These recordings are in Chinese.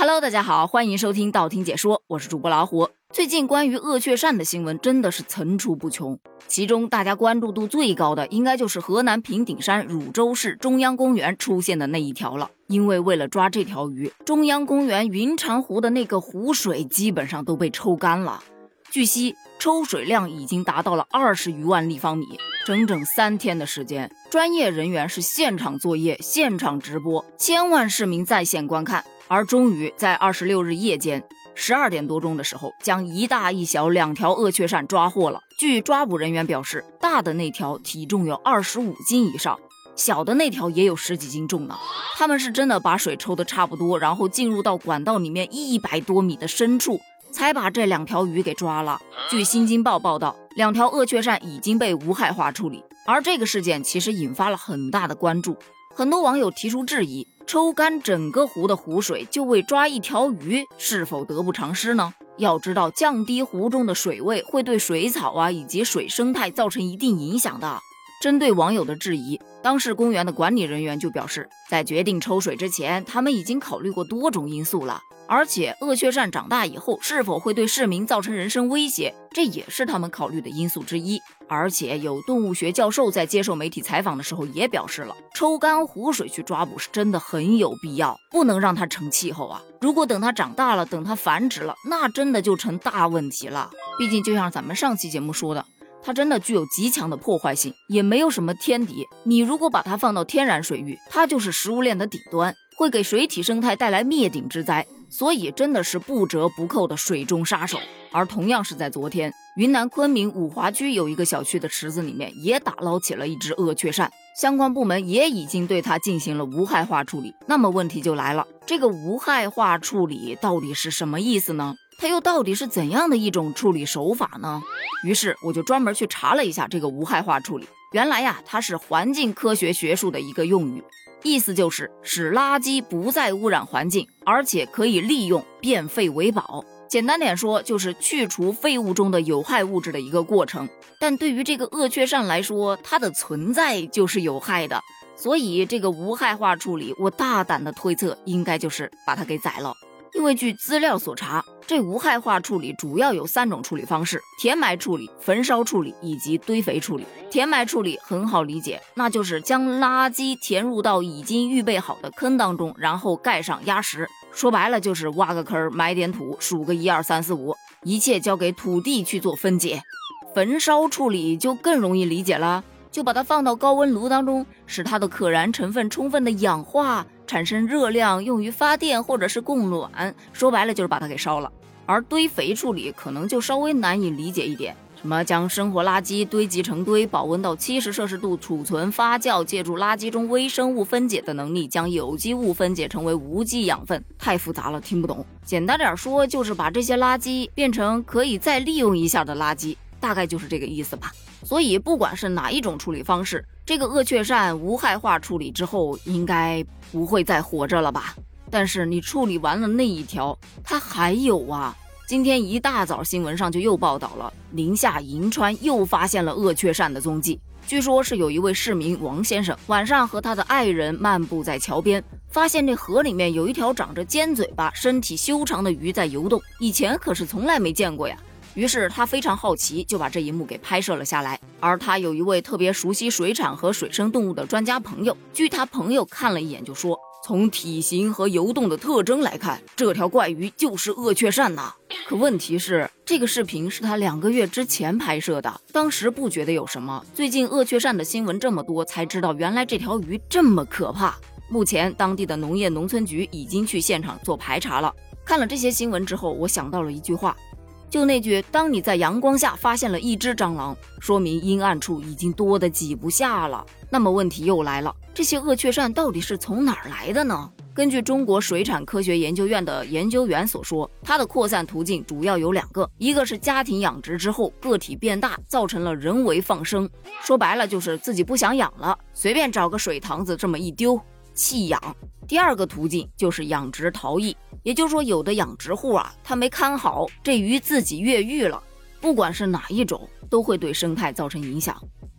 Hello， 大家好，欢迎收听道听解说，我是主播老虎。最近关于鳄雀鳝的新闻真的是层出不穷，其中大家关注度最高的应该就是河南平顶山汝州市中央公园出现的那一条了。因为为了抓这条鱼，中央公园云长湖的那个湖水基本上都被抽干了。据悉，抽水量已经达到了20余万立方米，整整3天的时间，专业人员是现场作业、现场直播，千万市民在线观看。而终于在26日夜间12点多钟的时候，将一大一小2条鳄雀鳝抓获了。据抓捕人员表示，大的那条体重有25斤以上，小的那条也有10几斤重呢。他们是真的把水抽得差不多，然后进入到管道里面100多米的深处，才把这2条鱼给抓了。据新京报报道，2条鳄雀鳝已经被无害化处理。而这个事件其实引发了很大的关注，很多网友提出质疑，抽干整个湖的湖水就为抓一条鱼，是否得不偿失呢？要知道，降低湖中的水位会对水草以及水生态造成一定影响的。针对网友的质疑，当事公园的管理人员就表示，在决定抽水之前，他们已经考虑过多种因素了，而且鳄雀鳝长大以后是否会对市民造成人身威胁，这也是他们考虑的因素之一。而且有动物学教授在接受媒体采访的时候也表示了，抽干湖水去抓捕是真的很有必要，不能让它成气候啊！如果等它长大了，等它繁殖了，那真的就成大问题了。毕竟就像咱们上期节目说的，它真的具有极强的破坏性，也没有什么天敌。你如果把它放到天然水域，它就是食物链的底端，会给水体生态带来灭顶之灾，所以真的是不折不扣的水中杀手。而同样是在昨天，云南昆明五华区有一个小区的池子里面也打捞起了一只鳄雀鳝，相关部门也已经对它进行了无害化处理。那么问题就来了，这个无害化处理到底是什么意思呢？它又到底是怎样的一种处理手法呢？于是我就专门去查了一下这个无害化处理。原来它是环境科学学术的一个用语，意思就是使垃圾不再污染环境，而且可以利用，变废为宝。简单点说，就是去除废物中的有害物质的一个过程。但对于这个鳄雀鳝来说，它的存在就是有害的，所以这个无害化处理，我大胆的推测应该就是把它给宰了。因为据资料所查，这无害化处理主要有3种处理方式：填埋处理、焚烧处理以及堆肥处理。填埋处理很好理解，那就是将垃圾填入到已经预备好的坑当中，然后盖上压实。说白了就是挖个坑，埋点土，数个1、2、3、4、5，一切交给土地去做分解。焚烧处理就更容易理解了，就把它放到高温炉当中，使它的可燃成分充分的氧化，产生热量，用于发电或者是供暖。说白了就是把它给烧了。而堆肥处理可能就稍微难以理解一点，什么将生活垃圾堆积成堆，保温到70摄氏度储存发酵，借助垃圾中微生物分解的能力，将有机物分解成为无机养分，太复杂了，听不懂。简单点说，就是把这些垃圾变成可以再利用一下的垃圾，大概就是这个意思吧。所以不管是哪一种处理方式，这个鳄雀鳝无害化处理之后应该不会再活着了吧。但是你处理完了那一条，它还有啊。今天一大早新闻上就又报道了，宁夏银川又发现了鳄雀鳝的踪迹。据说是有一位市民王先生晚上和他的爱人漫步在桥边，发现这河里面有一条长着尖嘴巴、身体修长的鱼在游动，以前可是从来没见过呀。于是他非常好奇，就把这一幕给拍摄了下来。而他有一位特别熟悉水产和水生动物的专家朋友，据他朋友看了一眼就说，从体型和游动的特征来看，这条怪鱼就是鳄雀鳝呐。可问题是，这个视频是他2个月之前拍摄的，当时不觉得有什么，最近鳄雀鳝的新闻这么多，才知道原来这条鱼这么可怕。目前当地的农业农村局已经去现场做排查了。看了这些新闻之后，我想到了一句话，就那句，当你在阳光下发现了一只蟑螂，说明阴暗处已经多得挤不下了。那么问题又来了，这些鳄雀鳝到底是从哪儿来的呢？根据中国水产科学研究院的研究员所说，它的扩散途径主要有2个，一个是家庭养殖之后个体变大，造成了人为放生，说白了就是自己不想养了，随便找个水塘子这么一丢，弃养。第2个途径就是养殖逃逸，也就是说有的养殖户他没看好，这鱼自己越狱了。不管是哪一种，都会对生态造成影响。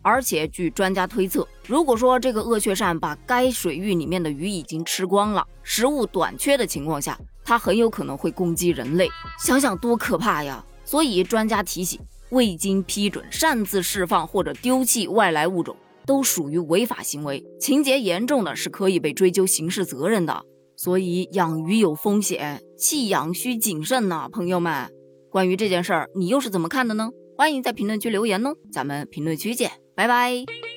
而且据专家推测，如果说这个鳄雀鳝把该水域里面的鱼已经吃光了，食物短缺的情况下，它很有可能会攻击人类，想想多可怕呀！所以专家提醒，未经批准擅自释放或者丢弃外来物种都属于违法行为，情节严重的是可以被追究刑事责任的。所以养鱼有风险，弃养需谨慎呐，朋友们。关于这件事儿，你又是怎么看的呢？欢迎在评论区留言哦，咱们评论区见，拜拜。